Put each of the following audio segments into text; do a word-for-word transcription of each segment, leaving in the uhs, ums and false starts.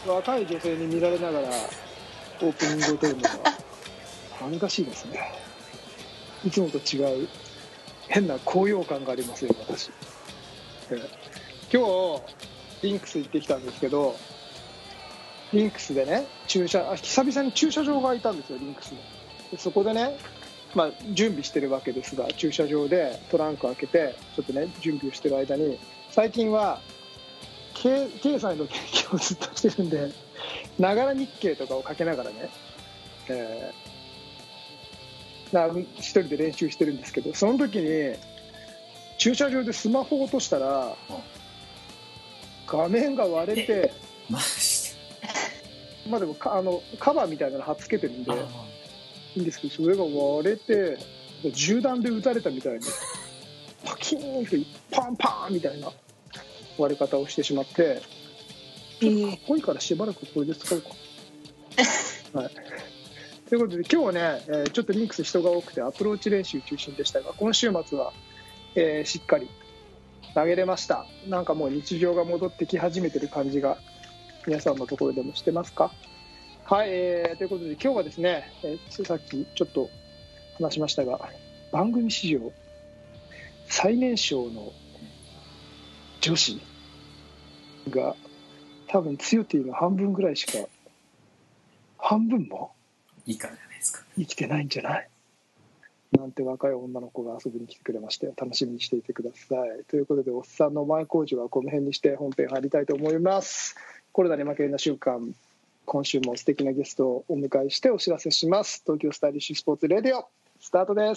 若い女性に見られながらオープニングを撮るのが恥ずかしいですね。いつもと違う変な高揚感がありますよ私。今日リンクス行ってきたんですけど、リンクスでね駐車あ久々に駐車場が空いたんですよリンクスで。そこでね、まあ、準備してるわけですが、駐車場でトランク開けてちょっとね準備をしてる間に、最近は経済の勉強をずっとしてるんで、ながら日経とかをかけながらね、えー、な一人で練習してるんですけど、その時に駐車場でスマホを落としたら画面が割れて、 マジでまあでもかあのカバーみたいなの貼っつけてるんでいいんですけど、それが割れて銃弾で撃たれたみたいにパキーンってパンパンみたいな割れ方をしてしまって、ちょっとかっこいいからしばらくこれで使おうか、はい、ということで今日はね、えー、ちょっとリンクス人が多くてアプローチ練習中心でしたが、今週末は、えー、しっかり投げれました。なんかもう日常が戻ってき始めてる感じが皆さんのところでもしてますか？はい、えー、ということで今日はですね、えー、さっきちょっと話しましたが、番組史上最年少の女子が多分ツヨティの半分ぐらいしか、半分もいいからじゃないですか、 生きてないんじゃないなんて若い女の子が遊びに来てくれまして、楽しみにしていてください。ということでおっさんの前工事はこの辺にして本編入りたいと思います。コロナに負けるな週間、今週も素敵なゲストをお迎えしてお知らせします。東京スタイリッシュスポーツレディオスタートです。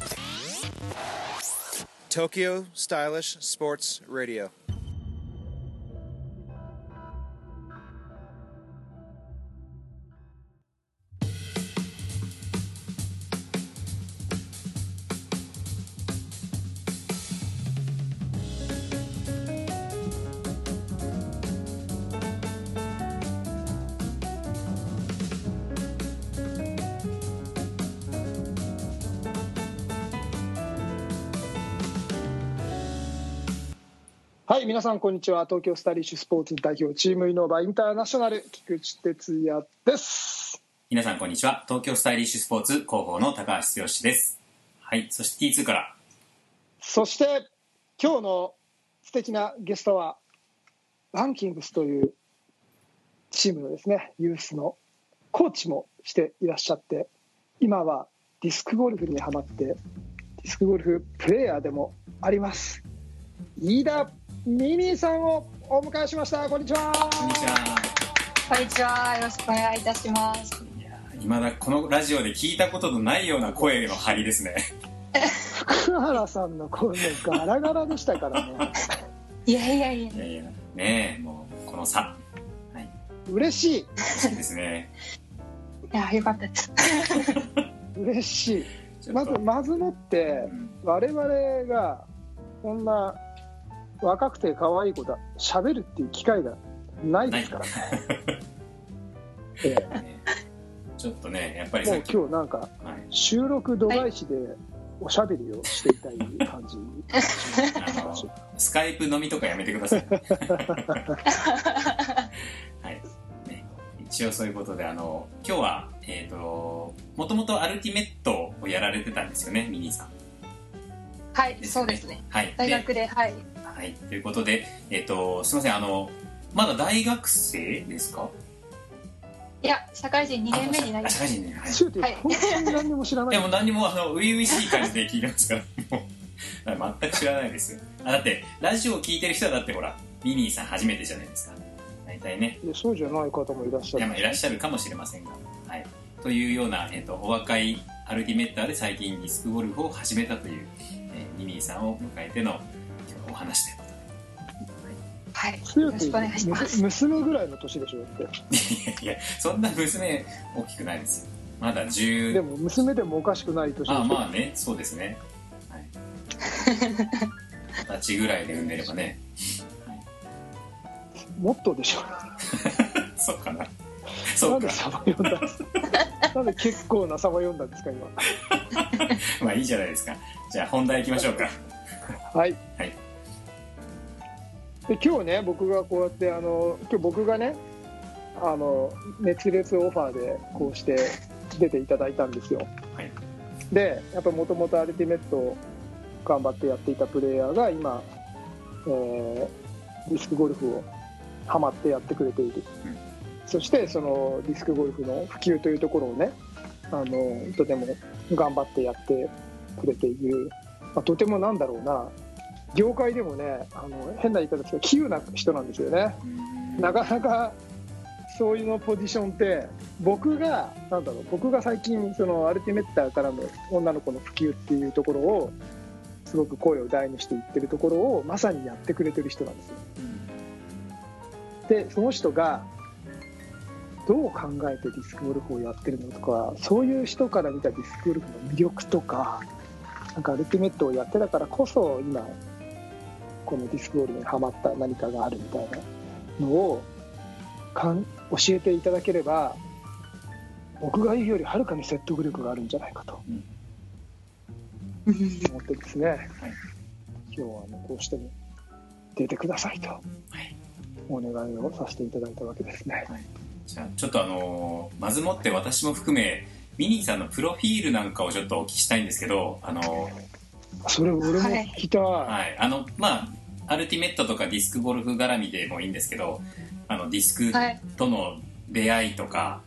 Tokyo Stylish Sports Radio。 はい、皆さんこんにちは。東京スタイリッシュスポーツ代表チームイノーバインターナショナル菊池哲也です。 皆さんこんにちは。東京スタイリッシュスポーツ広報の高橋剛です。はい、そして ティーツー から、 そして今日の素敵なゲストはバンキングスというチームのですね、ユースのコーチもしていらっしゃって、今はディスクゴルフにハマってディスクゴルフプレーヤーでもあります飯田ミミさんをお迎えしました。こんにちは。 こんにちは。 こんにちは。よろしくお願いいたします。 いや、今だこのラジオで聞いたことのないような声の張りですね。 福原さんの声もガラガラでしたからね。 いやいやいや。 いやいやねえ、もうこの差、はい、 嬉しい。 嬉しいですね。 いや、よかったです。 嬉しい。まずまずもって、うん、我々がこんな若くて可愛い子だ喋るっていう機会がないですからね。ええ、 ちょっとね、やっぱりもう今日なんか収録度外視でおしゃべりをしていたい感じ、 はい、スカイプ飲みとかやめてください。はい、ね、一応そういうことで、あの今日はえっともともとアルティメットをやられてたんですよね、ミニーさん。 はい、そうですね。 はい、 大学で、はい。 はい、ということで、えっと、すみません、あの、まだ大学生ですか？ いや、社会人にねんめになります。 社会人ね、はい。 はい、本当に何にも知らない。 でも何にも、あの、初々しい感じで聞いてますから、もう、全く知らないですよ。あ、だって、ラジオを聞いてる人はだってほら、ミニーさん初めてじゃないですか。大体ね。 いや、そうじゃない方もいらっしゃる。 いや、まあ、いらっしゃるかもしれませんが、はい。というような、えっと、お若いアルティメッターで最近ディスクゴルフを始めたという、えー、ミニーさんを迎えての今日のお話ということで。 はい、よろしくお願いします。 娘ぐらいの年でしょだって。 いやいや、そんな娘大きくないですよ。まだじゅう。 でも娘でもおかしくない年でしょ。 あ、まあね、そうですね。はい。二十歳ぐらいで産んでればね。 はい、もっとでしょ。 そうかな。そうか。 なんでサバ読んだんですか。なんで結構なサバ読んだんですか今。 まあいいじゃないですか。じゃあ本題いきましょうか。 はい。 はい。 で今日ね、僕がこうやってあの今日僕がねあの熱烈オファーでこうして出ていただいたんですよ、はい、でやっぱもともとアルティメットを頑張ってやっていたプレイヤーが今、えー、ディスクゴルフをハマってやってくれている、うん、そしてそのディスクゴルフの普及というところをね、あのとても頑張ってやってくれている、まあ、とてもなんだろうな、業界でもね、あの変な言い方ですけど稀有な人なんですよね。なかなかそういうのポジションって僕がなんだろう僕が最近そのアルティメッターからの女の子の普及っていうところをすごく声を大にして言ってるところをまさにやってくれてる人なんですよ。でその人がどう考えてディスクゴルフをやってるのとか、そういう人から見たディスクゴルフの魅力とか、なんかアルティメットをやってたからこそ今このディスクゴルフにハマった何かがあるみたいなのをかん教えていただければ、僕が言うよりはるかに説得力があるんじゃないかと思ってですね、はい、今日はあのこうしても出てくださいとお願いをさせていただいたわけですね、はい、 じゃあちょっとあのまずもって私も含めミニーさんのプロフィールなんかをちょっとお聞きしたいんですけど、あのそれ俺も聞きたい、 はいはい、あのまあアルティメットとかディスクゴルフ絡みでもいいんですけど、あのディスクとの出会いとか、はい、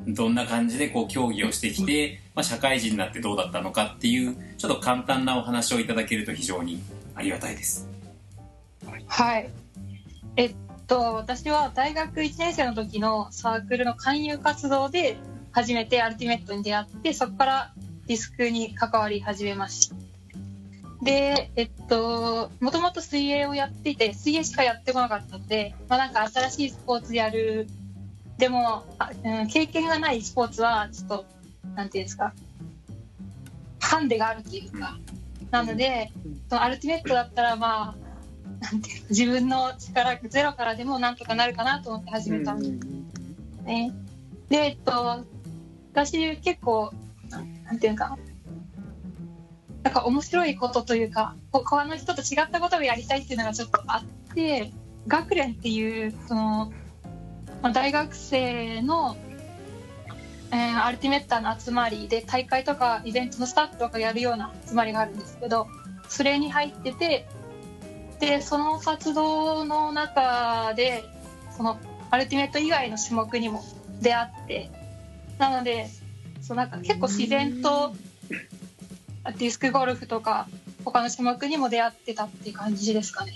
どんな感じでこう競技をしてきて、まあ、社会人になってどうだったのかっていうちょっと簡単なお話をいただけると非常にありがたいです。 はい、えっと私は大学いちねん生の時のサークルの勧誘活動で初めてアルティメットに出会って、そこからディスクに関わり始めました。で、えっと、もともと水泳をやっていて、水泳しかやってこなかったので、まあ、なんか新しいスポーツやる、でも、うん、経験がないスポーツは、ちょっと、なんていうんですか、ハンデがあるというか、なので、そのアルティメットだったら、まあ、なんていう自分の力ゼロからでもなんとかなるかなと思って始めたんですね。で、えっと、私結構、なんていうか、なんか面白いことというか、他の人と違ったことをやりたいっていうのがちょっとあって、学連っていうその、まあ、大学生の、えー、アルティメッターの集まりで大会とかイベントのスタッフとかやるような集まりがあるんですけど、それに入ってて、でその活動の中でそのアルティメット以外の種目にも出会って、なのでそうなんか結構自然とディスクゴルフとか他の種目にも出会ってたっていう感じですかね。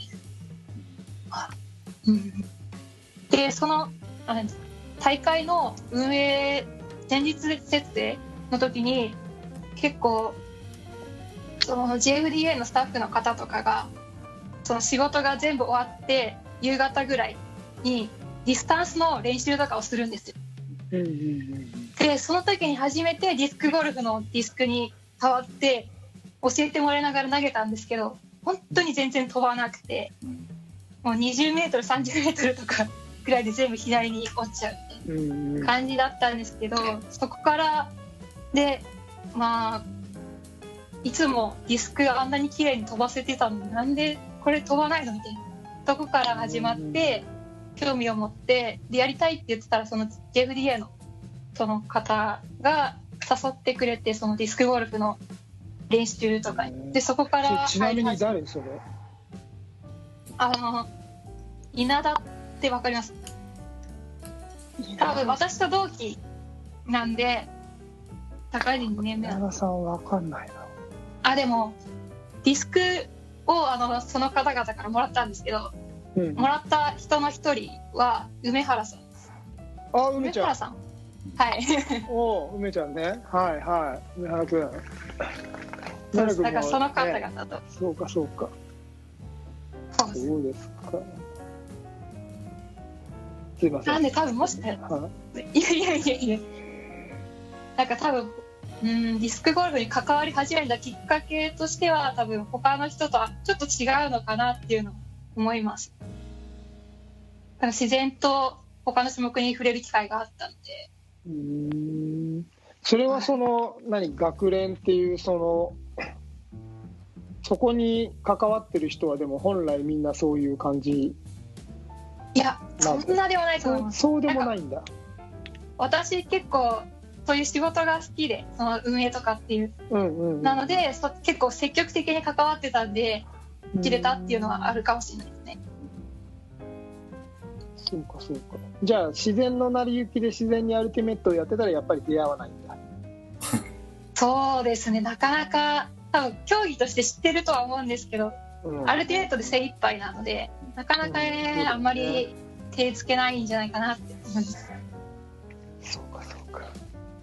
でその大会の運営前日設営の時に結構その ジェイエフディーエー のスタッフの方とかがその仕事が全部終わって夕方ぐらいにディスタンスの練習とかをするんですよ。でその時に初めてディスクゴルフのディスクに変わって教えてもらいながら投げたんですけど、本当に全然飛ばなくて、もうにじゅうメートルさんじゅうメートルとかぐらいで全部左に落ちちゃうって感じだったんですけど、そこからでまあいつもディスクあんなに綺麗に飛ばせてたのになんでこれ飛ばないのみたいなとこから始まって興味を持って、でやりたいって言ってたらその ジェイエフディーエー のその方が誘ってくれて、そのディスクゴルフの練習とかにでそこからちなみに誰それ？ あの稲田ってわかります？多分私と同期なんで社会人にねんめ。 稲田さんわかんないな。 あでもディスクをあのその方々からもらったんですけど、うん、もらった人の一人は梅原さんです。 あ、梅ちゃん。 梅原さん。はい。 おう、梅ちゃんね。はいはい。梅原くん。 そうです。だからその方々と、ね、 そうかそうかそうですか。すいません。 なんで多分もしかいやいやいやいやなんか多分うんディスクゴルフに関わり始めたきっかけとしては多分他の人とはちょっと違うのかなっていうのを思います。だから自然と他の種目に触れる機会があったんで。 うーんそれはその、はい、何学連っていうそのそこに関わってる人はでも本来みんなそういう感じいやそんなでもないと思います。 そう、そうでもないんだ。 私結構そういう仕事が好きで、その運営とかっていう、うんうんうん、なのでそ結構積極的に関わってたんで切れたっていうのはあるかもしれないですね。 そうかそうか。じゃあ自然の成り行きで自然にアルティメットをやってたらやっぱり出会わないんだ。 そうですね、なかなか多分競技として知ってるとは思うんですけど、うん、アルティメットで精一杯なのでなかなかね、うん、あんまり手つけないんじゃないかなって思います。 そうかそうか。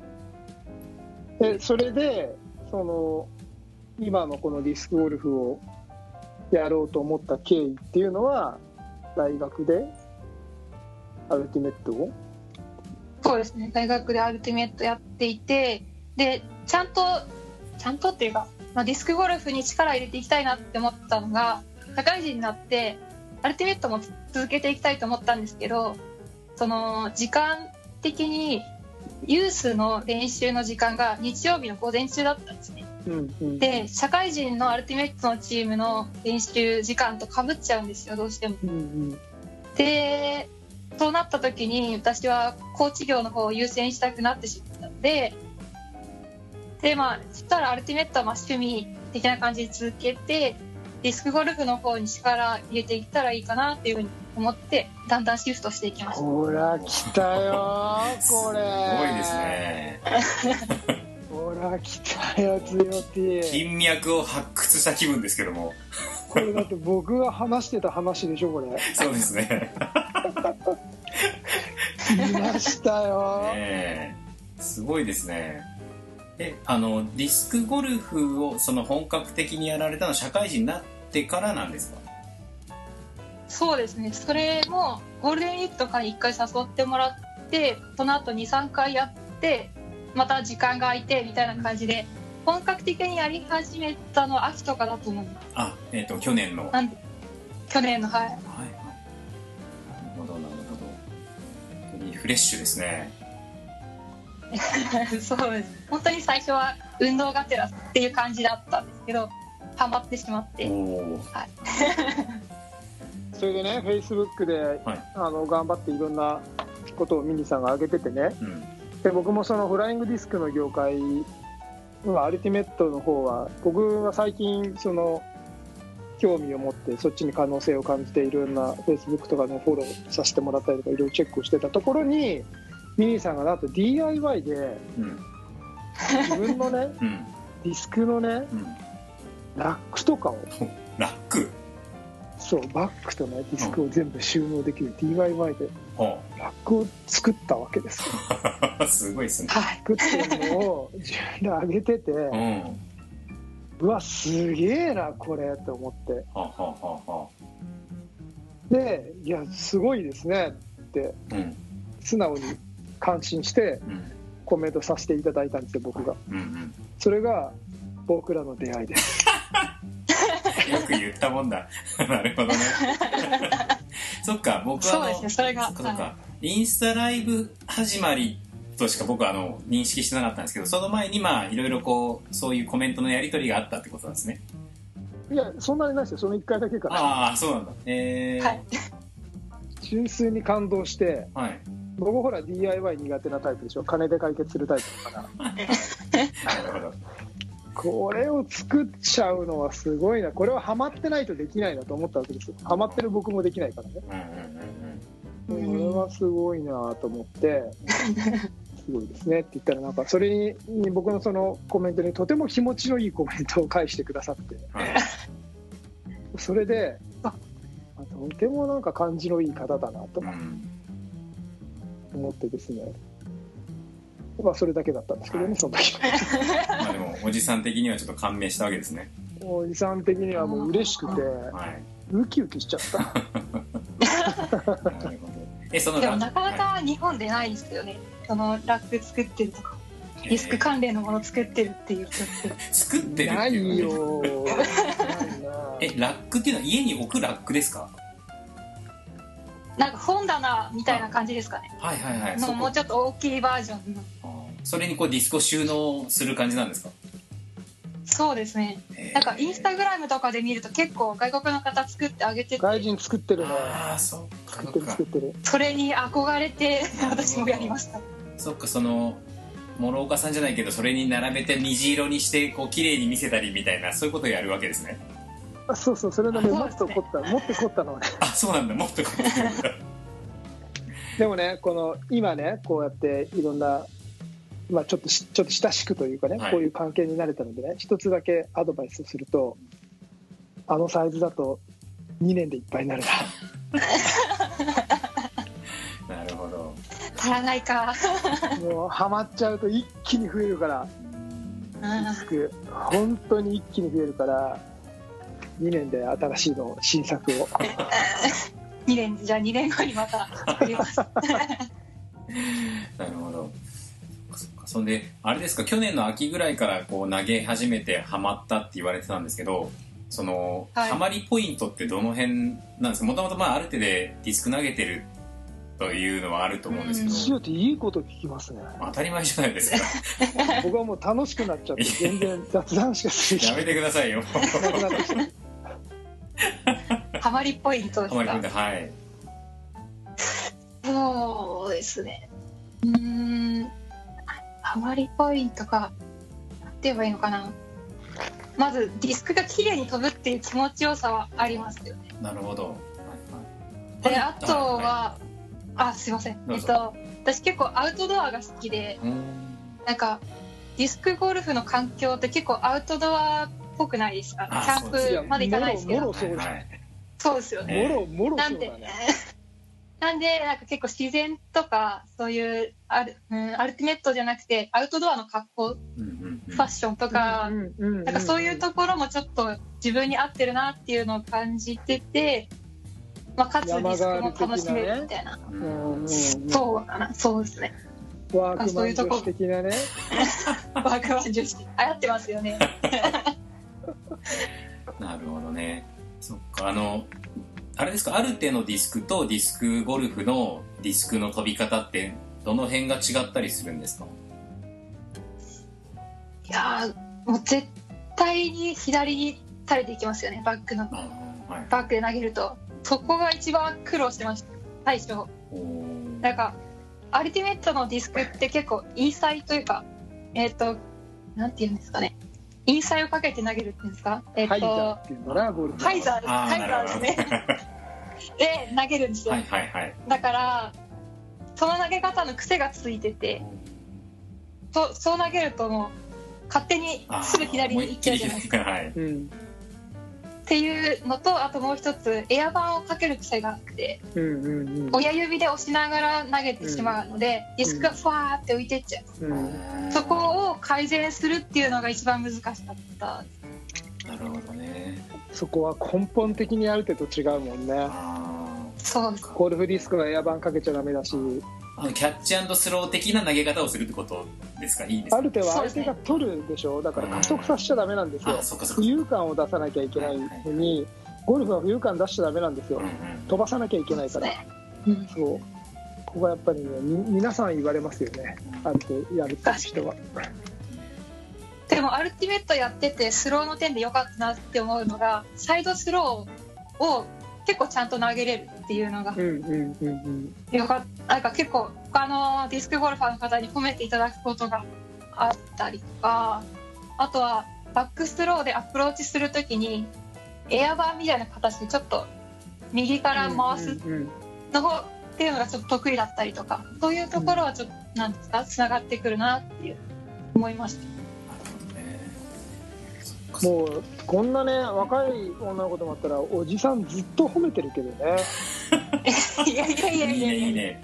えそれでその今のこのディスクゴルフをやろうと思った経緯っていうのは大学でアルティメットを？ そうですね、大学でアルティメットやっていて、でちゃんとちゃんとっていうか、まあ、ディスクゴルフに力入れていきたいなって思ったのが社会人になってアルティメットも続けていきたいと思ったんですけど、その時間的にユースの練習の時間が日曜日の午前中だったんですね、うんうん、で社会人のアルティメットのチームの練習時間とかぶっちゃうんですよ、どうしても、うんうん、でそうなった時に私はコーチ業の方を優先したくなってしまったので、でまあそしたらアルティメットはまあ趣味的な感じで続けてディスクゴルフの方に力入れていったらいいかなっていうふうに思ってだんだんシフトしていきました。 ほら来たよこれすごいですねほら来たよつよT。 金脈を発掘した気分ですけどもこれだって僕が話してた話でしょこれ。 そうですね来ましたよ、 ね、すごいですね。えあのディスクゴルフをその本格的にやられたのは社会人になってからなんですか？ そうですね、それもゴールデンウィークとかにいっかい誘ってもらってその後 にさんかいやってまた時間が空いてみたいな感じで本格的にやり始めたのは秋とかだと思います。 あ、えっと去年のなん去年のはい、はいはい、 なるほどなるほど。本当にフレッシュですねそうです。本当に最初は運動がてらっていう感じだったんですけどハマってしまって、はい、 それでね Facebook で、はい、あの頑張っていろんなことをミニさんが上げててね、うん、で僕もそのフライングディスクの業界アルティメットの方は僕は最近その興味を持ってそっちに可能性を感じていろんな Facebook とかのフォローさせてもらったりとかいろいろチェックをしてたところにミニーさんがなんと ディーアイワイ で自分のね、うん、ディスクのね、うん、ラックとかをラックそうバックとねディスクを全部収納できる ディーアイワイ でラックを作ったわけですよすごいですね。 作ってるのを自分で上げてて、うん、うわすげえなこれって思って、ははははでいやすごいですねって、うん、素直に感心してコメントさせていただいたんですよ僕が、うんうん、それが僕らの出会いですよく言ったもんだなるほどねそっか僕はそうですねそれがそっかそっか、はい、インスタライブ始まりとしか僕はあの認識してなかったんですけどその前にまあいろいろこうそういうコメントのやり取りがあったってことなんですね。 いやそんなにないですよそのいっかいだけから。 ああそうなんだ。えーはい、 純粋に感動して、はい、僕ほら ディーアイワイ 苦手なタイプでしょ金で解決するタイプだからなるほどこれを作っちゃうのはすごいなこれはハマってないとできないなと思ったわけですよ。ハマってる僕もできないからね、うんうんうんうん、これはすごいなと思ってすごいですねって言ったらなんかそれに僕のそのコメントにとても気持ちのいいコメントを返してくださって、はい、それであとてもなんか感じのいい方だなと思ってですね、まあそれだけだったんですけどね、はい、その時まあでもおじさん的にはちょっと感銘したわけですね。 おじさん的にはもう嬉しくて、はい、ウキウキしちゃったなるほど。えそのでもなかなか日本でないですよね、はい、そのラック作ってるとかディスク関連のもの作ってるっていう人って作ってるっていう、ね、 ないよえラックっていうのは家に置くラックですか？ なんか本棚みたいな感じですかね。 はいはいはい。 のもうちょっと大きいバージョンの。 それにこうディスクを収納する感じなんですか？ そうですね。なんかインスタグラムとかで見ると結構外国の方作ってあげてて。 外人作ってるね。 ああそっか。 作ってる作ってる。 それに憧れて私もやりました。 そっか、その諸岡さんじゃないけどそれに並べて虹色にしてこう綺麗に見せたりみたいな、そういうことをやるわけですね。 あ、そうそう、それのね、もっと凝った、もっと凝ったのはね。 あ、そうなんだ、もっと凝った。 でもね、この今ね、こうやっていろんな、まあ、ちょっとしちょっと親しくというかね、はい、こういう関係になれたのでね、一つだけアドバイスをすると、あのサイズだとにねんでいっぱいになるな。なるほど。 足らないか。 もうハマっちゃうと一気に増えるから、ディスク本当に一気に増えるから、にねんで新しいの新作を。 にねん、じゃあにねんごにまた作ります。 なるほど。そんであれですか、去年の秋ぐらいからこう投げ始めてハマったって言われてたんですけど、その、はい、ハマりポイントってどの辺なんですか？もともとまあある程度ディスク投げてるというのはあると思うんですけど、 塩っていいこと聞きますね。 当たり前じゃないですか。 僕はもう楽しくなっちゃって全然雑談しかする。 やめてくださいよ。 ハマりポイントですか？ ハマりポイント、はい。 そうですね。うーん、ハマりポイントか、なんて言えばいいのかな。まずディスクが綺麗に飛ぶっていう気持ちよさはありますよね。 なるほど。 で、あとは、はい、あ、すいません。えっと、私結構アウトドアが好きで、なんかディスクゴルフの環境って結構アウトドアっぽくないですか？キャンプまで行かないですけど。 もろそうだね。 そうですよね。 もろもろそうだね。 なんで、なんでなんか結構自然とかそういうアル、うん、アルティメットじゃなくてアウトドアの格好、うんうんうん、ファッションとか、うんうんうんうん、なんかそういうところもちょっと自分に合ってるなっていうのを感じてて、まあ、かつディスクも楽しめるみたいな、うんうんうん、そうかな、そうですね。 ワークマン女子的なね。 ワークマン女子流行ってますよね。 なるほどね。そっか、あのあれですか、ある程度ディスクとディスクゴルフのディスクの飛び方ってどの辺が違ったりするんですか？ いやー、もう絶対に左に垂れていきますよね、バックの、はい、バックで投げると。そこが一番苦労してました、最初。なんかアルティメットのディスクって結構インサイというか、えっ、ー、となんていうんですかね、インサイをかけて投げるっていうんですか、えー、とハイザーっていうのな、ゴルフハイザーです、ハイザーですね。で投げるんですよ、はいはいはい、だからその投げ方の癖がついてて、そそう投げるともう勝手にすぐ左に行っちゃうじゃないですか、はい、うん、っていうのと、あともう一つエアバンをかける癖があって、うんうんうん、親指で押しながら投げてしまうので、うん、ディスクがファーって浮いてっちゃう、うん、そこを改善するっていうのが一番難しかった。 なるほどね。 そこは根本的にある程度違うもんね。 あ、そうです。 ゴルフディスクのエアバンかけちゃダメだし、 あのキャッチ&スロー的な投げ方をするってことですか？いいですか？ ある程度相手が取るでしょ、だから加速させちゃダメなんですよ。浮遊感を出さなきゃいけないのに、はいはいはい、ゴルフは浮遊感出しちゃダメなんですよ、うんうん、飛ばさなきゃいけないから、うん、そう、ここがやっぱりね、皆さん言われますよね、ある程度やるって人は。 でもアルティメットやっててスローの点で良かったなって思うのが、サイドスローを結構ちゃんと投げれるっていうのが、うんうんうんうん、よかった。なんか結構他のディスクゴルファーの方に褒めていただくことがあったりとか、あとはバックスローでアプローチするときにエアバーみたいな形でちょっと右から回すの方っていうのがちょっと得意だったりとか、そういうところはちょっとなんですか、つながってくるなっていう思いました。 もうこんなね若い女の子ともあったらおじさんずっと褒めてるけどね。 いやいやいやいやいやいいね。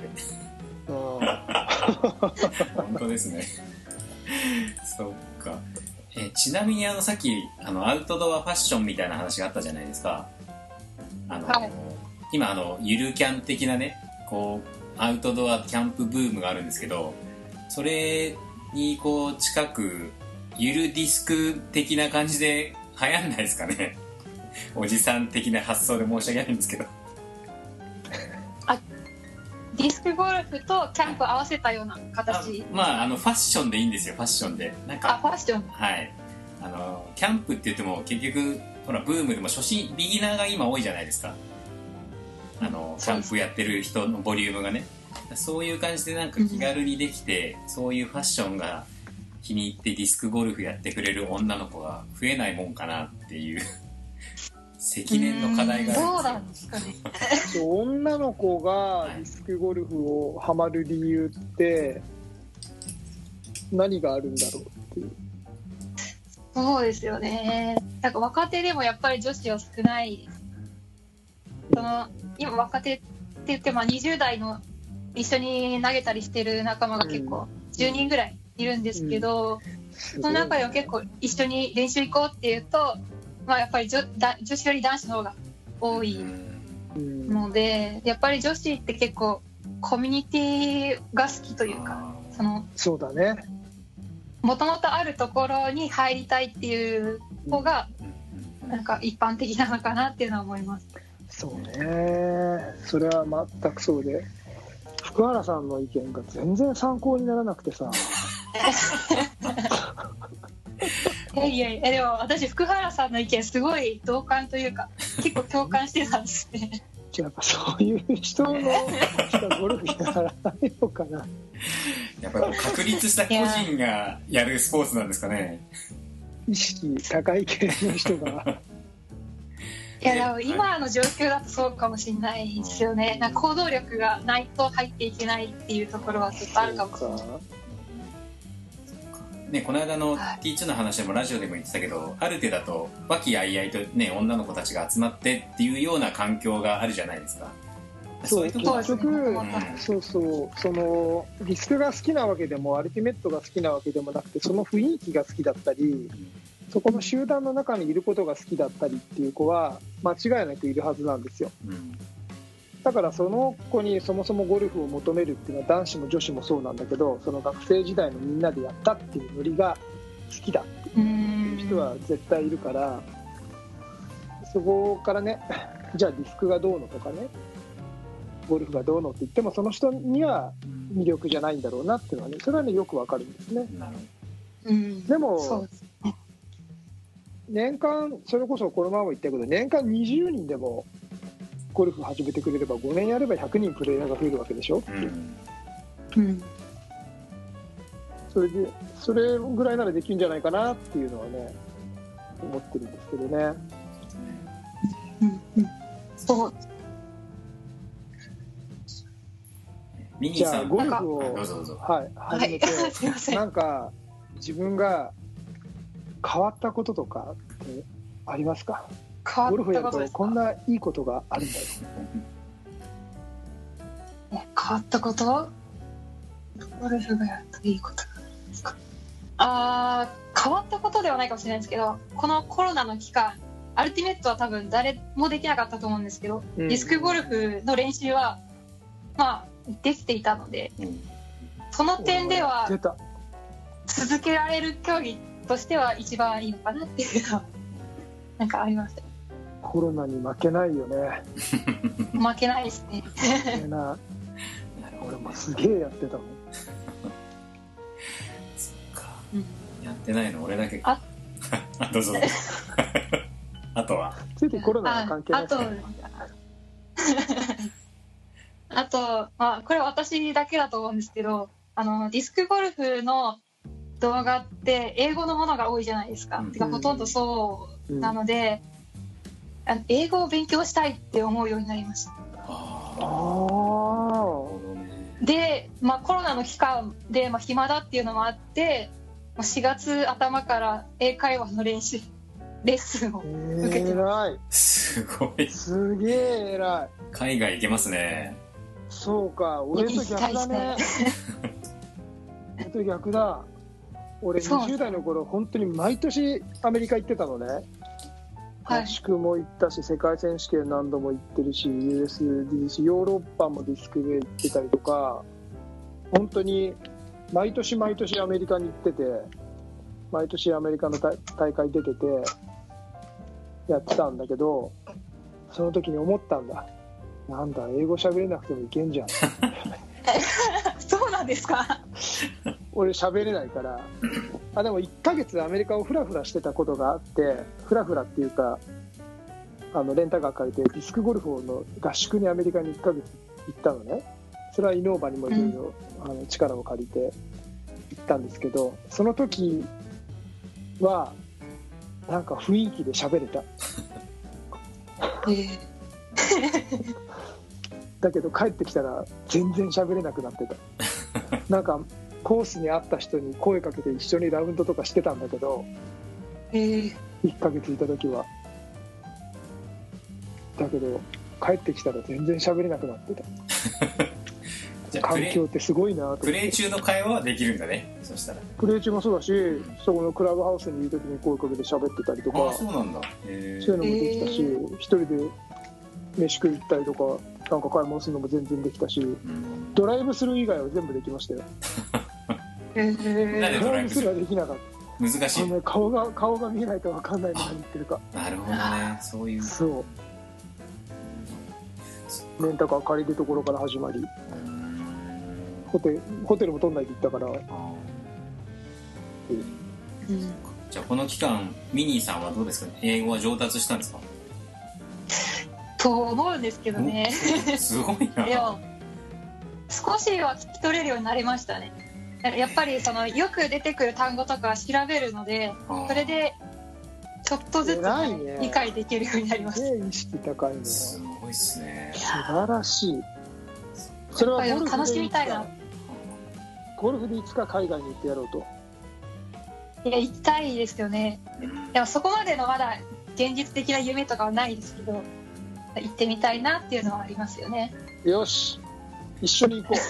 本当ですね。そっか。えちなみにあのさっきあのアウトドアファッションみたいな話があったじゃないですか。あの、はい、今あのゆるキャン的なね、こうアウトドアキャンプブームがあるんですけど、それにこう近くゆるディスク的な感じで流行んないですかね。おじさん的な発想で申し訳ないんですけど。 あ、ディスクゴルフとキャンプ合わせたような形。 あ、まああのファッションでいいんですよ、ファッションで。なんか、 あ、ファッション。 はい。あのキャンプって言っても結局ほらブームでも初心ビギナーが今多いじゃないですか。 あのキャンプやってる人のボリュームがね、そういう感じでなんか気軽にできて、うん、そういうファッションが気に入ってディスクゴルフやってくれる女の子が増えないもんかなっていう積年の課題があるんですよ。 そうなんですかね女の子がディスクゴルフをハマる理由って何があるんだろうっていう。 そうですよね。なんか若手でもやっぱり女子は少ない。その今若手って言ってまあにじゅう代の一緒に投げたりしてる仲間が結構じゅうにんぐらいいるんですけど、うん、その中でも結構一緒に練習行こうっていうと、まあ、やっぱり 女, だ女子より男子の方が多いので、やっぱり女子って結構コミュニティが好きというか、そのそうだね、 もともとあるところに入りたいっていう方がなんか一般的なのかなっていうのは思います。 そうね、それは全くそうで、福原さんの意見が全然参考にならなくてさいやいやいや、でも私福原さんの意見すごい同感というか結構共感してたんですねやっぱそういう人のしかゴルフやらないのかな。 やっぱり確立した個人がやるスポーツなんですかね。 意識高い系の人がいやでも今の状況だとそうかもしれないですよね。なんか行動力がないと入っていけないっていうところはちょっとあるかもしれないね。この間の ティーツー の話でもラジオでも言ってたけど、ある程度だと和気あいあいとね女の子たちが集まってっていうような環境があるじゃないですか。 そう結局、うん、そうそう、そのディスクが好きなわけでもアルティメットが好きなわけでもなくて、その雰囲気が好きだったり、そこの集団の中にいることが好きだったりっていう子は間違いなくいるはずなんですよ、うん、だからその子にそもそもゴルフを求めるっていうのは男子も女子もそうなんだけど、その学生時代のみんなでやったっていうノリが好きだっていう人は絶対いるから、そこからね、じゃあディスクがどうのとかね、ゴルフがどうのって言ってもその人には魅力じゃないんだろうなっていうのはね、それはねよくわかるんですね。 うん、 でもそうですね、 年間それこそこの前も言ったけど、年間にじゅうにんでもゴルフ始めてくれればごねんやればひゃくにんプレイヤーが増えるわけでしょ、うん、それでそれぐらいならできるんじゃないかなっていうのはね思ってるんですけどね。 うんうん、そうじゃあゴルフをはい始めて、 はい、 なんか自分が変わったこととかってありますか？ゴルフやるとこんないいことがあるんだよ。 変わったこと？ゴルフがやるといいことですか？あー、変わったことではないかもしれないですけど、このコロナの期間アルティメットは多分誰もできなかったと思うんですけど、うん、ディスクゴルフの練習はまあできていたので、うん、その点では続けられる競技としては一番いいのかなっていうのはなんかありました。 コロナに負けないよね。 負けないですね。 負けない。俺もすげえやってたもん。 そっか、うん、やってないの俺だけか。あどうぞあとはついてコロナは関係ないですか？ あと、まあ、これは私だけだと思うんですけど、あのディスクゴルフの動画って英語のものが多いじゃないですか、うん、てかほとんどそうなので、うん、あの英語を勉強したいって思うようになりました。 あで、まあ、コロナの期間で、まあ、暇だっていうのもあってしがつ頭から英会話の練習レッスンを受けてます。 すごい、 すげえ偉い。 海外行けますね。 そうか、俺と逆だね。俺と逆だ。俺にじゅう代の頃本当に毎年アメリカ行ってたのね。合宿も行ったし、世界選手権何度も行ってるし、ユーエスディー ヨーロッパもディスクで行ってたりとか、本当に毎年毎年アメリカに行ってて、毎年アメリカの大会出ててやってたんだけど、その時に思ったんだ。なんだ、英語喋れなくてもいけんじゃん。 そうなんですか？ 俺喋れないから。あ、でもいっかげつアメリカをフラフラしてたことがあって、フラフラっていうか、 あのレンタカー借りてディスクゴルフの合宿にアメリカにいっかげつ行ったのね。それはイノーバにもいろいろ力を借りて行ったんですけど、その時はなんか雰囲気で喋れただけど帰ってきたら全然喋れなくなってたなんかコースに会った人に声かけて一緒にラウンドとかしてたんだけど、 えー、 いっかげついた時はだけど帰ってきたら全然喋れなくなってたじゃあ環境ってすごいなと。 プレー中の会話はできるんだね。そしたらプレー中もそうだし、そこのクラブハウスにいる時に声かけて喋ってたりとか、 あ、そうなんだ。へー、 そういうのもできたし、えー、一人で飯食い行ったりとかなんか買い物するのも全然できたし、うん、ドライブスルー以外は全部できましたよえー、 ドライブスルーはできなかった。 難しい、 ね、顔が顔が見えないと分かんないの何言ってるか。 なるほどね。そういうそうレンタカー借りるところから始まり、ホテル、ホテルも取んないで行ったから。あ、 うん、じゃあこの期間ミニーさんはどうですか、英語は上達したんですか？ と思うんですけどねすごいな。 でも少しは聞き取れるようになりましたね。やっぱりそのよく出てくる単語とか調べるので、それでちょっとずつ、ね、理解できるようになりました。 意識高いね。 すごいっすね。 素晴らしい。 それはゴルフで楽しみたいな。 ゴルフでいつか海外に行ってやろうと。 いや、行きたいですよね。でもそこまでのまだ現実的な夢とかはないですけど、行ってみたいなっていうのはありますよね。 よし、一緒に行こう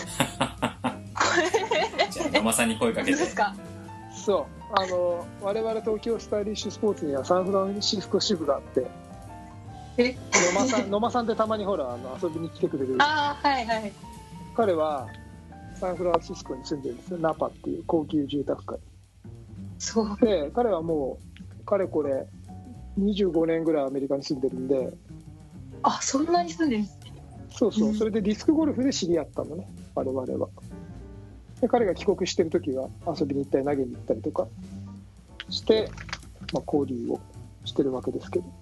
じゃあ野間さんに声かけて。 ですか？ そう、あの我々東京スタイリッシュスポーツにはサンフランシスコ支部があって、 え野間さん野間さんってたまにほらあの遊びに来てくれる。 ああ、はいはい。 彼はサンフランシスコに住んでるんですよ。ナパっていう高級住宅街。 そうで彼はもうかれこれにじゅうごねんぐらいアメリカに住んでるんで。 あ、そんなに住んでるんですね。 そうそう、それでディスクゴルフで知り合ったのね、我々は。で彼が帰国してる時は遊びに行ったり投げに行ったりとかして、まあ、交流をしてるわけですけど、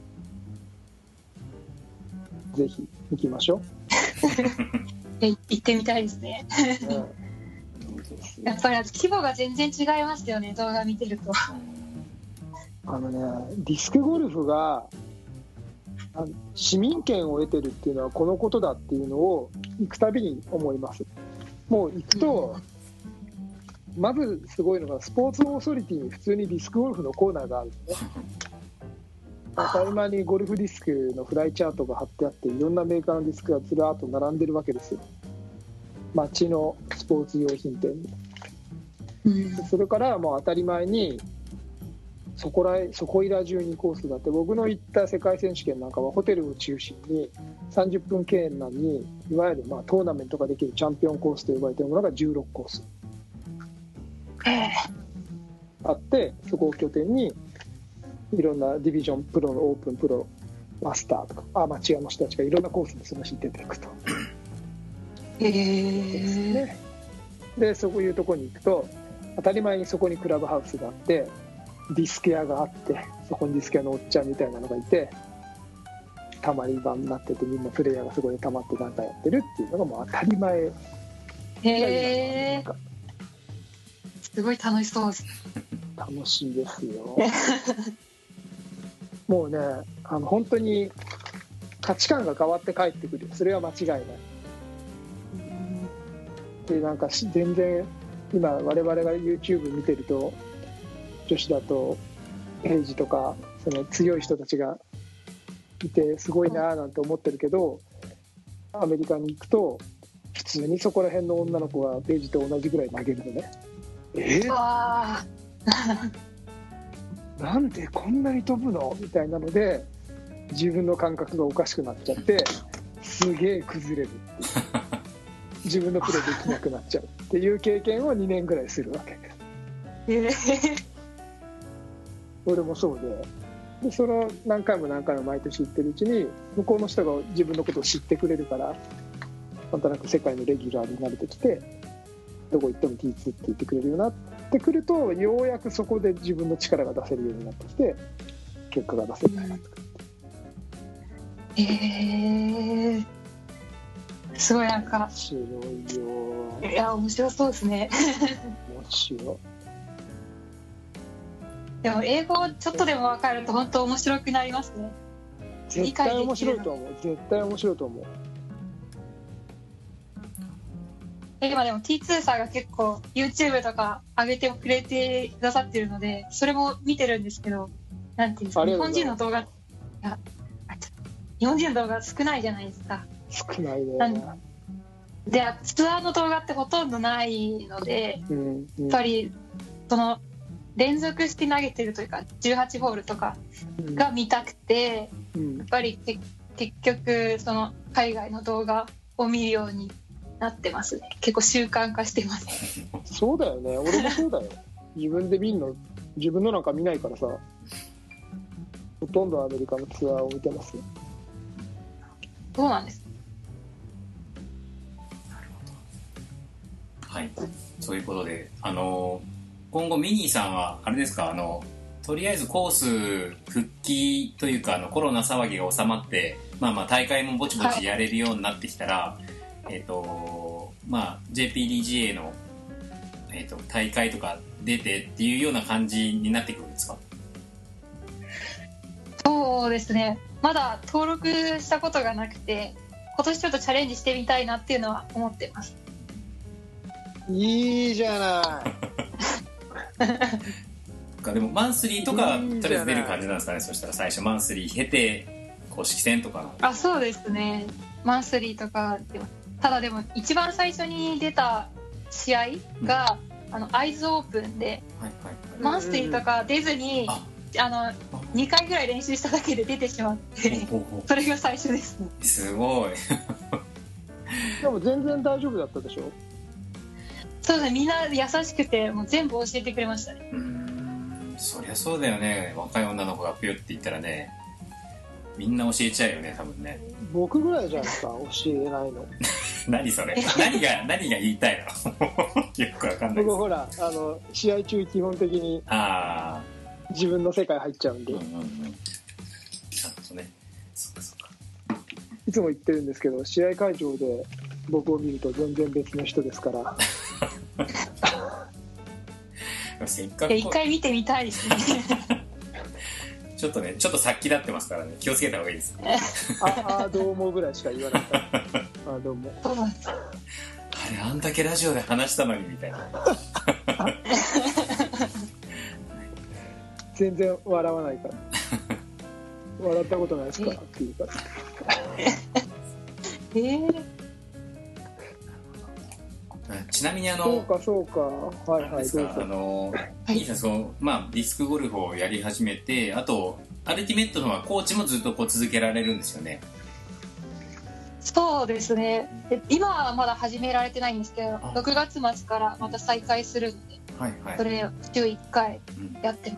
ぜひ行きましょう行ってみたいですね、うん、やっぱり規模が全然違いますよね、動画見てると。 あのね、ディスクゴルフがあ市民権を得てるっていうのはこのことだっていうのを行くたびに思います。もう行くと、うん、まずすごいのがスポーツオーソリティに普通にディスクゴルフのコーナーがあるのね。当たり前にゴルフディスクのフライチャートが貼ってあって、いろんなメーカーのディスクがずらーっと並んでるわけですよ、街のスポーツ用品店に、うん、それからもう当たり前にそこらそこいら中にコースがあって、僕の行った世界選手権なんかはホテルを中心にさんじゅっぷん圏内にいわゆるまあトーナメントができるチャンピオンコースと呼ばれているものがじゅうろっコースあって、そこを拠点にいろんなディビジョン、プロのオープン、プロ、マスターとかアマチュアの人たちがいろんなコースにその日出ていくと。 へー。 ね、でそういうところに行くと当たり前にそこにクラブハウスがあって、ディスク屋があって、そこにディスク屋のおっちゃんみたいなのがいて、たまり場になってて、みんなプレイヤーがそこでたまってなんかやってるっていうのがもう当たり前。 へー、すごい楽しそうです。 楽しいですよもうね、あの本当に価値観が変わって帰ってくる、それは間違いない。でなんか全然今我々が YouTube 見てると、女子だとペイジとかその強い人たちがいてすごいななんて思ってるけど、アメリカに行くと普通にそこら辺の女の子がペイジと同じぐらい投げるのね。えー、なんでこんなに飛ぶのみたいなので、自分の感覚がおかしくなっちゃってすげえ崩れるっていう自分のプレーできなくなっちゃうっていう経験をにねんぐらいするわけ。 えー、 俺もそうで、でその何回も何回も毎年行ってるうちに向こうの人が自分のことを知ってくれるから、なんとなく世界のレギュラーに慣れてきて、どこ行っても ティーツー って言ってくれるようになってくると、ようやくそこで自分の力が出せるようになってきて、結果が出せるようになってくる。 えー、すごいなんか面白いよ。 いや面白そうですね。 面白い。 でも英語ちょっとでも分かると本当面白くなりますね。 絶対面白いと思う。絶対面白いと思う。 今でも ティーツー さんが結構 YouTube とか上げてくれてくださってるので、それも見てるんですけど、なんていうんですか、日本人の動画、いや日本人の動画少ないじゃないですか。 少ないね。 でツアーの動画ってほとんどないので、うんうん、やっぱりその連続して投げてるというかじゅうはちホールとかが見たくて、うん、やっぱり結局その海外の動画を見るようになってますね。結構習慣化してます。 そうだよね。俺もそうだよ。自分で見るの、自分のなんか見ないからさ、ほとんどアメリカのツアーを見てますよ。 そうなんです。 なるほど。はい。そういうことで、あの今後ミニーさんはあれですか、あのとりあえずコース復帰というか、あのコロナ騒ぎが収まって、まあまあ大会もぼちぼちやれるようになってきたら、はい、えっとまあ ジェーピーディージーエー の、えっと大会とか出てっていうような感じになってくるんですか？ そうですね。まだ登録したことがなくて、今年ちょっとチャレンジしてみたいなっていうのは思ってます。 いいじゃない。 でもマンスリーとかとりあえず出る感じなんですかね。そしたら最初マンスリー経て公式戦とかの。 あ、そうですね。マンスリーとかでも、ただでも一番最初に出た試合が、うん、あのアイズオープンで、はいはいはい、マンスリーとか出ずに、ああのにかいぐらい練習しただけで出てしまってそれが最初ですね。 すごいでも全然大丈夫だったでしょ？ そうですね。みんな優しくてもう全部教えてくれましたね。 うーん、そりゃそうだよね。若い女の子がピュって言ったらね、みんな教えちゃうよね、多分ね。 僕ぐらいじゃないですか、教えないの何それ何が何が言いたいのよくわかんないです。 僕ほらあの試合中基本的にあ自分の世界入っちゃうんで、うんうんうん、なるほどね。そっかそっか。 いつも言ってるんですけど、試合会場で僕を見ると全然別の人ですからせっかく一回見てみたいですねちょっとね、ちょっと殺気立ってますからね、気をつけた方がいいですああどう思うぐらいしか言わないからあどうもそうなんです。 あれあんだけラジオで話したのにみたいな全然笑わないから笑ったことないですからっていうからえーちなみにあのそうかそうかはいはいどうぞ。 あのいいですか、まあディスクゴルフをやり始めて、あとアルティメットのはコーチもずっとこう続けられるんですよね。 そうですね。今はまだ始められてないんですけど、ろくがつ末からまた再開するので、はいはい、それを週いっかいやってます、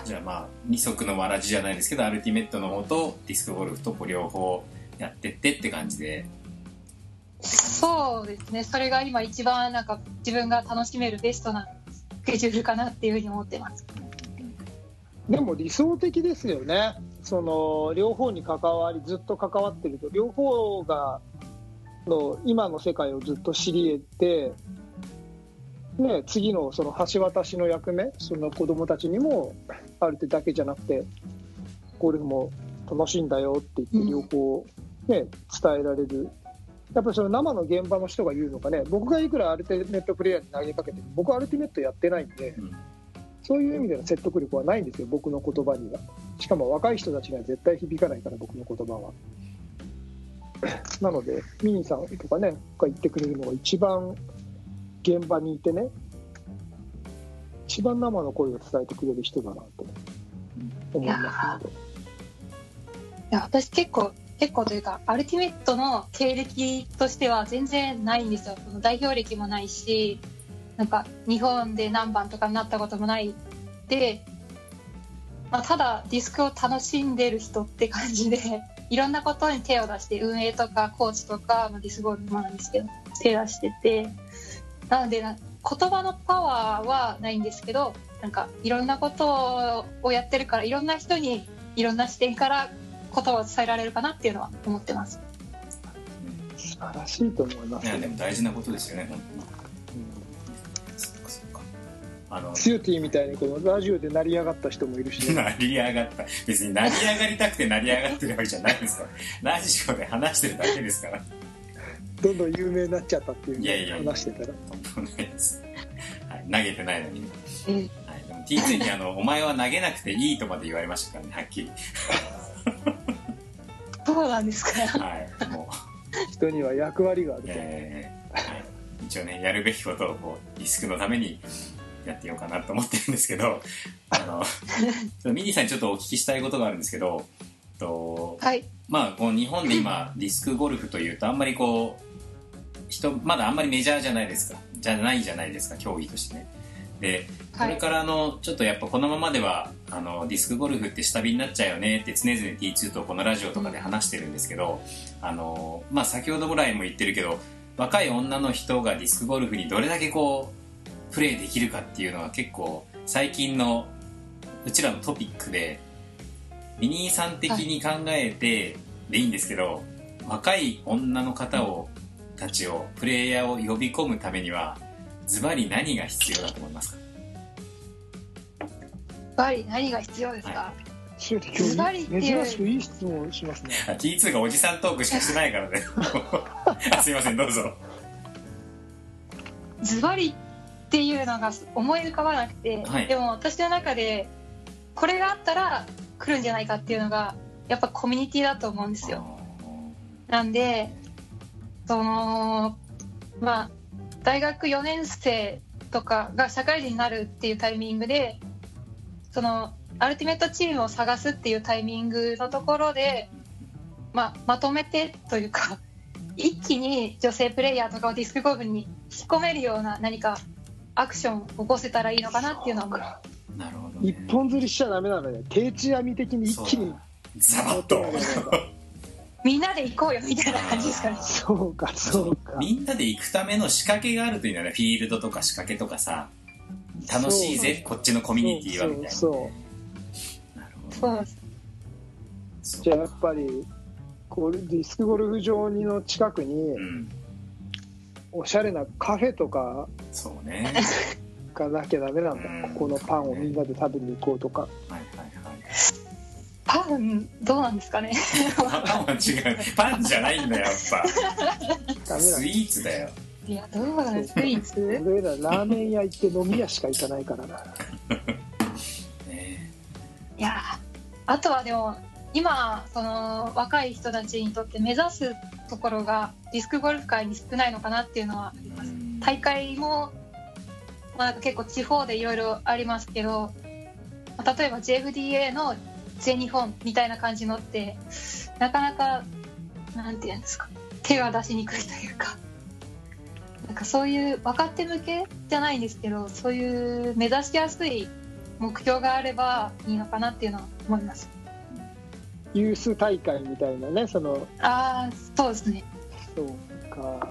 うん、じゃあまあ二足のわらじじゃないですけど、アルティメットの方とディスクゴルフとこう両方やってってって感じで。 そうですね。それが今一番なんか自分が楽しめるベストなスケジュールかなっていうふうに思ってます。 でも理想的ですよね。その両方に関わりずっと関わってると、両方がの今の世界をずっと知り得て、ね、次のその橋渡しの役目、その子どもたちにもある程度だけじゃなくてゴルフも楽しいんだよって言って両方、ね、伝えられる。やっぱりその生の現場の人が言うのかね、僕がいくらアルティメットプレイヤーに投げかけても僕はアルティメットやってないんで、うん、そういう意味での説得力はないんですよ、僕の言葉には。しかも若い人たちには絶対響かないから、僕の言葉はなのでミニーさんとかねが言ってくれるのが一番現場にいてね、一番生の声を伝えてくれる人だなと思いますので。 いや私結構結構というかアルティメットの経歴としては全然ないんですよ。代表歴もないし、なんか日本で何番とかになったこともないで、まあ、ただディスクを楽しんでる人って感じでいろんなことに手を出して、運営とかコーチとか、まあ、ディスクゴルフもなんですけど手出してて、なのでな言葉のパワーはないんですけど、なんかいろんなことをやってるから、いろんな人にいろんな視点から葉を伝えられるかなっていうのは思ってます。 素晴らしいと思います、 ね、いやでも大事なことですよね本当に、うん、そっかそっか。あのツユティみたいにこのラジオで成り上がった人もいるしね成り上がった別に成り上がりたくて成り上がってるわけじゃないですからラジオで話してるだけですからどんどん有名になっちゃったっていういやいやいや話してたらとんでもないです、はい、投げてないのに、ねうんはい、でも ティーツー にあのお前は投げなくていいとまで言われましたからねはっきりそうなんですか。 はいもう人には役割があると、 えーはい、一応ねやるべきことをこうリスクのためにやってようかなと思ってるんですけどあのミニーさんにちょっとお聞きしたいことがあるんですけどと、 はい、 まあこの日本で今ディスクゴルフというとあんまりこう人まだあんまりメジャーじゃないですかじゃないじゃないですか競技としてね。でこれからあのちょっとやっぱこのままではあのディスクゴルフって下火になっちゃうよねって常々 ティーツー とこのラジオとかで話してるんですけど、あのまあ先ほどぐらいも言ってるけど若い女の人がディスクゴルフにどれだけこうプレイできるかっていうのは結構最近のうちらのトピックでミニーさん的に考えてでいいんですけど、若い女の方をたちをプレイヤーを呼び込むためにはズバリ何が必要だと思いますか？ ズバリ何が必要ですか？ はズバリって珍しくいい質問しますね。 ティーツー がおじさんトークしかしてないからねすいませんどうぞ。 ズバリっていうのが思い浮かばなくて、はい、でも私の中でこれがあったら来るんじゃないかっていうのがやっぱコミュニティだと思うんですよ。なんでそのまあ大学よねん生とかが社会人になるっていうタイミングでそのアルティメットチームを探すっていうタイミングのところで、まあ、まとめてというか一気に女性プレイヤーとかをディスクゴルフに引き込めるような何かアクションを起こせたらいいのかなっていうのは思う。 なるほど、ね、 一本釣りしちゃダメなのね。定置網的に一気にザバッとみんなで行こうよみたいな感じですかね。 そうかそうか。 みんなで行くための仕掛けがあるというのはね、フィールドとか仕掛けとかさ、楽しいぜこっちのコミュニティはみたいな。 そうそうそうなるほど、 そうです。 じゃあやっぱりこうディスクゴルフ場の近くに、うん、おしゃれなカフェとかそうねがなきゃダメなんだ、うん、ここのパンをみんなで食べに行こうとか、 はいはいはい。 パンどうなんですかねパンは違う、パンじゃないんだよやっぱスイーツだよ。 いやどうなのスイーツ俺らラーメン屋行って飲み屋しか行かないからなね。 いやあとはでも今その若い人たちにとって目指すところがディスクゴルフ界に少ないのかなっていうのはあります。大会も、まあ、なんか結構地方でいろいろありますけど、例えば ジェイエフディーエー の全日本みたいな感じのってなかなかなんていうんですか、手が出しにくいというか、なんかそういう若手向けじゃないんですけど、そういう目指しやすい目標があればいいのかなっていうのは思います。 ユース大会みたいなね、そのああそうですね。 そうか、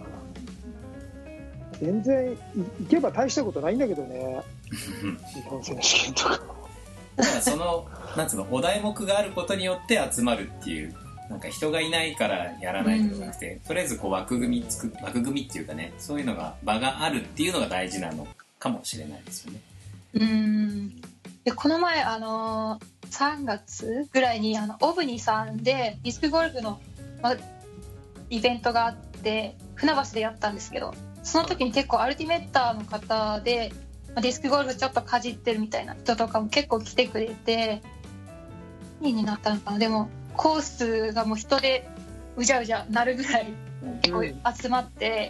全然行けば大したことないんだけどね日本選手権とかだからそのなんつうのお題目があることによって集まるっていう、なんか人がいないからやらないとかじゃなくて、うん、とりあえずこう枠組みつく枠組みっていうかね、そういうのが場があるっていうのが大事なのかもしれないですよね。 うんでこの前あのー、さんがつぐらいにあのオブニさんでディスクゴルフの、ま、イベントがあって船橋でやったんですけど、その時に結構アルティメッターの方でディスクゴルフちょっとかじってるみたいな人とかも結構来てくれて、いいになったのかな。でもコースがもう人でうじゃうじゃなるぐらい結構集まって、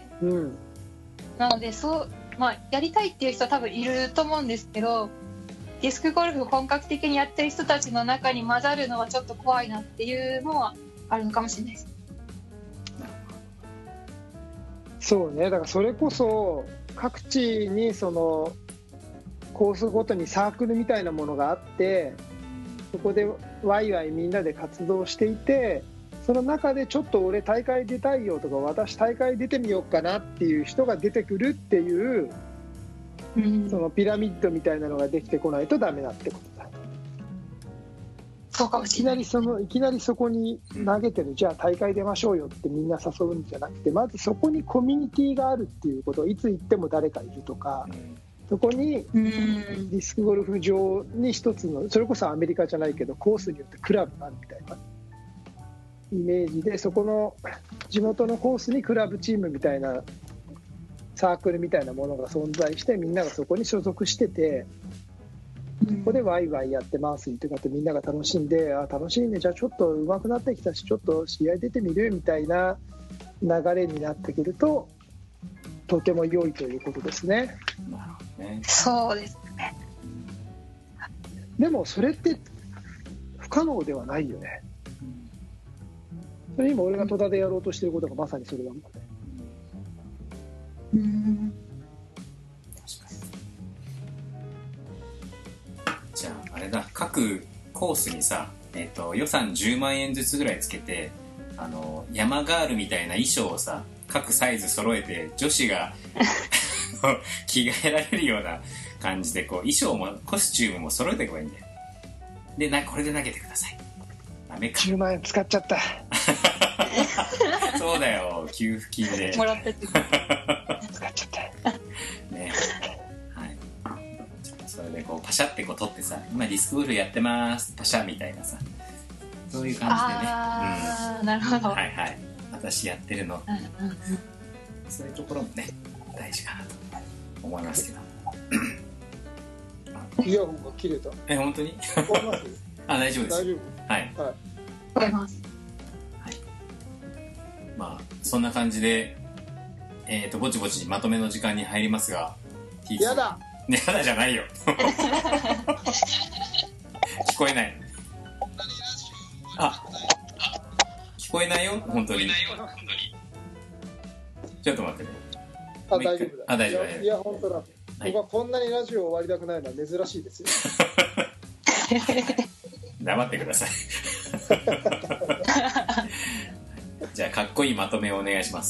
うんうん、なのでそう、まあ、やりたいっていう人は多分いると思うんですけど、ディスクゴルフ本格的にやってる人たちの中に混ざるのはちょっと怖いなっていうのはあるのかもしれないです。 そうね、だからそれこそ各地にそのコースごとにサークルみたいなものがあって、そこでワイワイみんなで活動していて、その中でちょっと俺大会出たいよとか、私大会出てみようかなっていう人が出てくるっていう、うん、そのピラミッドみたいなのができてこないとダメだってことだ。 そうかもいしれない。 きなりそのいきなりそこに投げてる、じゃあ大会出ましょうよってみんな誘うんじゃなくて、まずそこにコミュニティがあるっていうこと、いつ行っても誰かいるとか、そこにうんディスクゴルフ場に一つの、それこそアメリカじゃないけどコースによってクラブがあるみたいなイメージで、そこの地元のコースにクラブチームみたいなサークルみたいなものが存在して、みんながそこに所属してて、ここでワイワイやってますってかってみんなが楽しんで、あ楽しいね、じゃあちょっと上手くなってきたしちょっと試合出てみるみたいな流れになってくるととても良いということですね。 なるほどね。 そうですね。 でもそれって不可能ではないよね。それ今俺が戸田でやろうとしてることがまさにそれだもんね。 うんじゃああれだ、各コースにさ、えー、と予算じゅうまんえんずつぐらいつけて、あの山ガールみたいな衣装をさ各サイズ揃えて女子が着替えられるような感じで、こう衣装もコスチュームも揃えていけばいいんだよ。でなこれで投げてください。ダメか。 じゅうまんえん使っちゃったそうだよ、給付金でもらってて使っちゃったね。はい。ちょっとそれでこうパシャってこう撮ってさ、今ディスクゴルフやってますパシャみたいなさ、そういう感じでね。 ああ、なるほど。 はいはい。私やってるの。 うんうんうん、 そういうところもね大事かなと思いますけど。 イヤホンが切れた。 え本当に？ 聞こえます？ あ大丈夫です。 大丈夫。 はい。 はい。 聞こえます。 まあそんな感じで、えっ、ー、とぼちぼちまとめの時間に入りますが、 やだ。 やだじゃないよ。聞こえない。あ、聞こえないよ本当に。ちょっと待ってね。 あ大丈夫だ。 あ大丈夫だ。 いや本当だ。 はい、 僕はこんなにラジオ終わりたくないのは珍しいですよ。 黙ってください。じゃあかっこいいまとめをお願いします。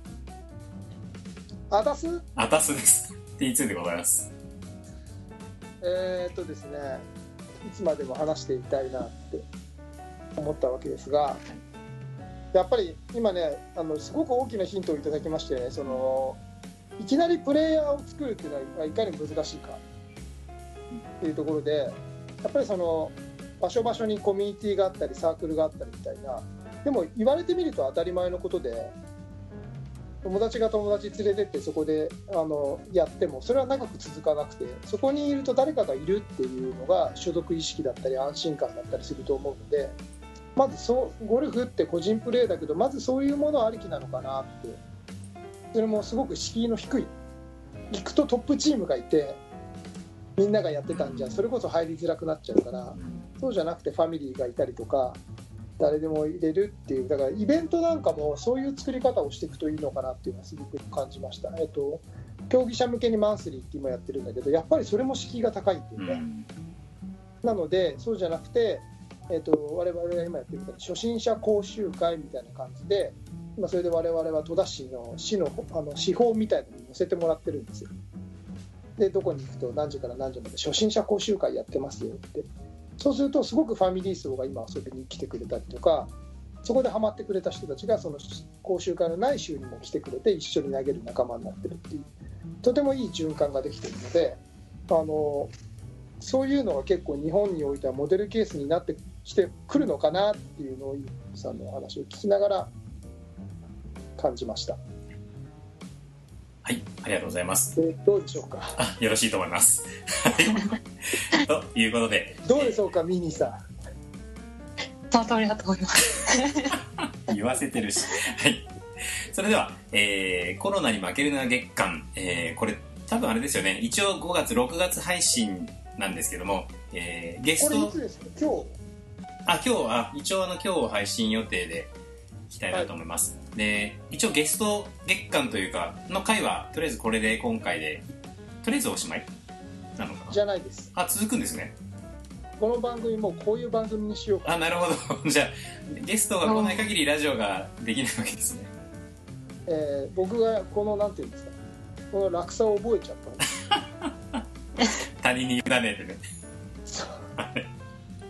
あたす？ あたすです。ティーツー でございます。 えー、っとですね、いつまでも話していたいなって思ったわけですが、やっぱり今ね、あのすごく大きなヒントをいただきましてね、そのいきなりプレイヤーを作るっていうのはいかに難しいかっていうところで、やっぱりその場所場所にコミュニティがあったりサークルがあったりみたいな、でも言われてみると当たり前のことで、友達が友達連れてってそこであのやってもそれは長く続かなくて、そこにいると誰かがいるっていうのが所属意識だったり安心感だったりすると思うので、まずそうゴルフって個人プレーだけど、まずそういうものありきなのかなって。それもすごく敷居の低い、行くとトップチームがいてみんながやってたんじゃそれこそ入りづらくなっちゃうから、そうじゃなくてファミリーがいたりとか誰でも入れるっていう、だからイベントなんかもそういう作り方をしていくといいのかなっていうのはすごく感じました。えっと競技者向けにマンスリーって今やってるんだけど、やっぱりそれも敷居が高いっていうか、うん、なのでそうじゃなくて、えっと我々が今やってるみたいに初心者講習会みたいな感じで、今それで我々は戸田市の市のあの司法みたいなのに載せてもらってるんですよ。でどこに行くと何時から何時まで初心者講習会やってますよって。そうするとすごくファミリー層が今遊びに来てくれたりとか、そこでハマってくれた人たちがその講習会のない週にも来てくれて一緒に投げる仲間になってるっていう、とてもいい循環ができているので、あのそういうのが結構日本においてはモデルケースになってきてくるのかなっていうのをイーさんの話を聞きながら感じました。 はい、ありがとうございます。 えー、どうでしょうか。 あ、よろしいと思います。ということで、 どうでしょうか、ミニさん。 その通りだと思います。 言わせてるし。はい。それでは、えー、コロナに負けるな月間、えー、これ多分あれですよね。一応ごがつろくがつ配信なんですけども、えー、ゲスト。 これいつですか？今日。 あ、今日あ一応あの今日配信予定でいきたいなと思います。はい、で一応ゲスト月間というかの回はとりあえずこれで今回でとりあえずおしまいなのかな。 じゃないです。 あ、続くんですね。 この番組もこういう番組にしようか。 あ、なるほど。じゃあゲストが来ない限りラジオができないわけですね。 えー、僕がこのなんていうんですか、この落差を覚えちゃった他人に委ねてね。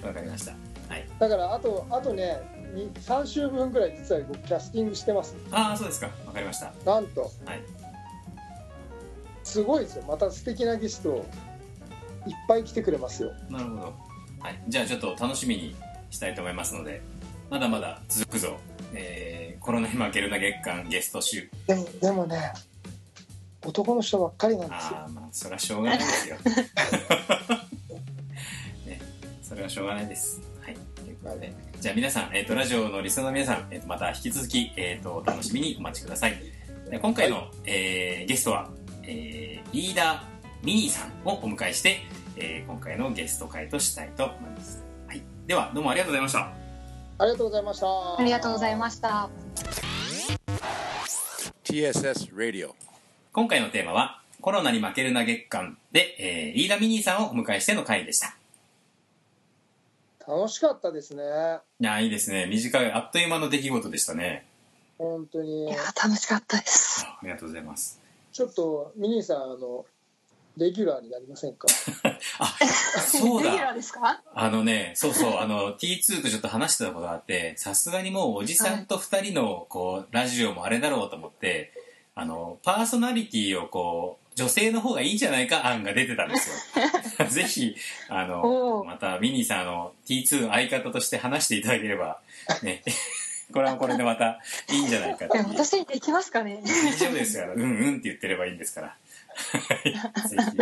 わかりました。はい。 だからあとあとねさん週分ぐらい実は僕キャスティングしてます。 ああそうですか。わかりました。 なんと、 はい、 すごいですよ。また素敵なゲストいっぱい来てくれますよ。 なるほど。はい。じゃあちょっと楽しみにしたいと思いますので、まだまだ続くぞ。えー、コロナに負けるな月間ゲスト集。 でもでもね男の人ばっかりなんですよ。 ああまあそれはしょうがないですよ。ね、それはしょうがないです。はい。ということで、じゃあ皆さん、えっ、ー、とラジオのリスナーの皆さん、えっ、ー、とまた引き続きえっ、ー、とお楽しみにお待ちください。で今回の、はい、えー、ゲストは、えー、飯田ミニーさんをお迎えして、えー、今回のゲスト会としたいと思います。はい。ではどうもありがとうございました。 ありがとうございました。 ありがとうございました。 ティーエスエス Radio。 今回のテーマはコロナに負けるな月間で、えー、飯田ミニーさんをお迎えしての回でした。 楽しかったですね。 いやいいですね。短いあっという間の出来事でしたね。 本当に。 いや楽しかったです。 ありがとうございます。 ちょっとミニーさんあのレギュラーになりませんか？ あ、そうだ。 レギュラーですか？ あのね、そうそう、あの ティーツー とちょっと話してたことがあって、さすがにもうおじさんとふたりのこうラジオもあれだろうと思って、あのパーソナリティをこう女性の方がいいんじゃないか案が出てたんですよ。ぜひあのまたミニーさんの ティーツー 相方として話していただければね。これはこれでまたいいんじゃないかっていう。 私にできますかね？ 大丈夫ですよ。うんうんって言ってればいいんですから。ぜひ。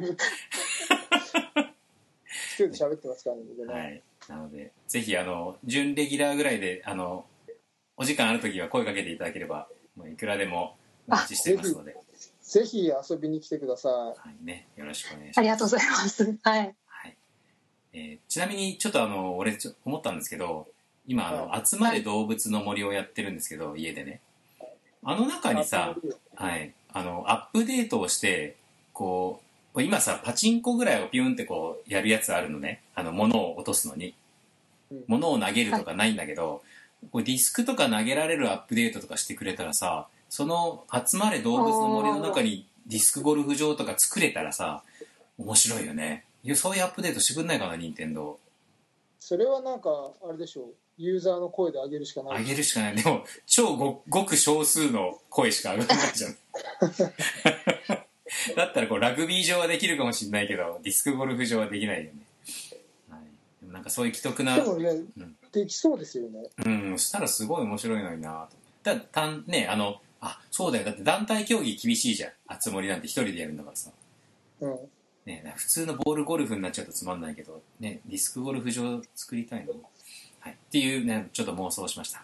一人で喋ってますからね。 はい。なのでぜひあの準レギュラーぐらいであのお時間あるときは声かけていただければもういくらでもお待ちしていますので。 ぜひ遊びに来てください。 はいね、よろしくお願いします。 ありがとうございます。はい。 はい。えー、ちなみにちょっとあの俺ちょ思ったんですけど。今あの、はい、集まれ動物の森をやってるんですけど家でねあの中にさ、はい、あのアップデートをしてこう今さパチンコぐらいをピュンってこうやるやつあるのねあの物を落とすのに、うん、物を投げるとかないんだけど、はい、こうディスクとか投げられるアップデートとかしてくれたらさその集まれ動物の森の中にディスクゴルフ場とか作れたらさ面白いよね。そういうアップデートしてくんないかな任天堂。 それはなんかあれでしょうユーザーの声で上げるしかない。 上げるしかない。でも超 ご, ごく少数の声しか上がらないじゃん。だったらこうラグビー場はできるかもしれないけどディスクゴルフ場はできないよね。はい、でもなんかそういう既得な。 でもね、 うん、 できそうですよね。 うん、そしたらすごい面白いのになと。だたんねあのあそうだよだって団体競技厳しいじゃん。あつ森なんて一人でやるんだからさ。 うん。 ね普通のボールゴルフになっちゃうとつまんないけどねディスクゴルフ場作りたいの。はい、っていうねちょっと妄想しました、はい、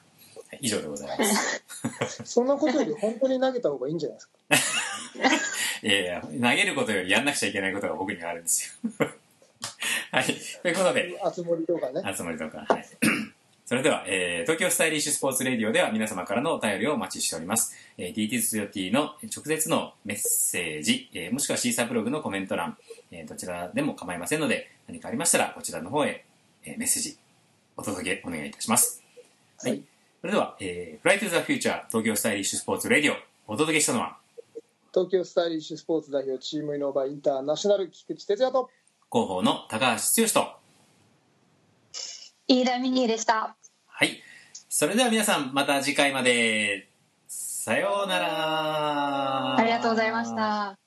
以上でございますそんなことより本当に投げた方がいいんじゃないですか。 いやいや投げることよりやんなくちゃいけないことが僕にはあるんですよはいということであつ森とかねあつ森とかはいそれでは、えー、東京スタイリッシュスポーツレディオでは皆様からのお便りをお待ちしております、えー、ディーティーツー ティー の直接のメッセージ、えー、もしくはシーサーブログのコメント欄、えー、どちらでも構いませんので何かありましたらこちらの方へ、えー、メッセージお届けお願いいたします。はい。はい、それでは、えー、Fly to the Future 東京スタイリッシュスポーツレディオお届けしたのは東京スタイリッシュスポーツ代表チームイノバインターナショナル菊池哲也と広報の高橋剛と飯田ミニーでした。 はい。それでは皆さんまた次回までさようなら。 ありがとうございました。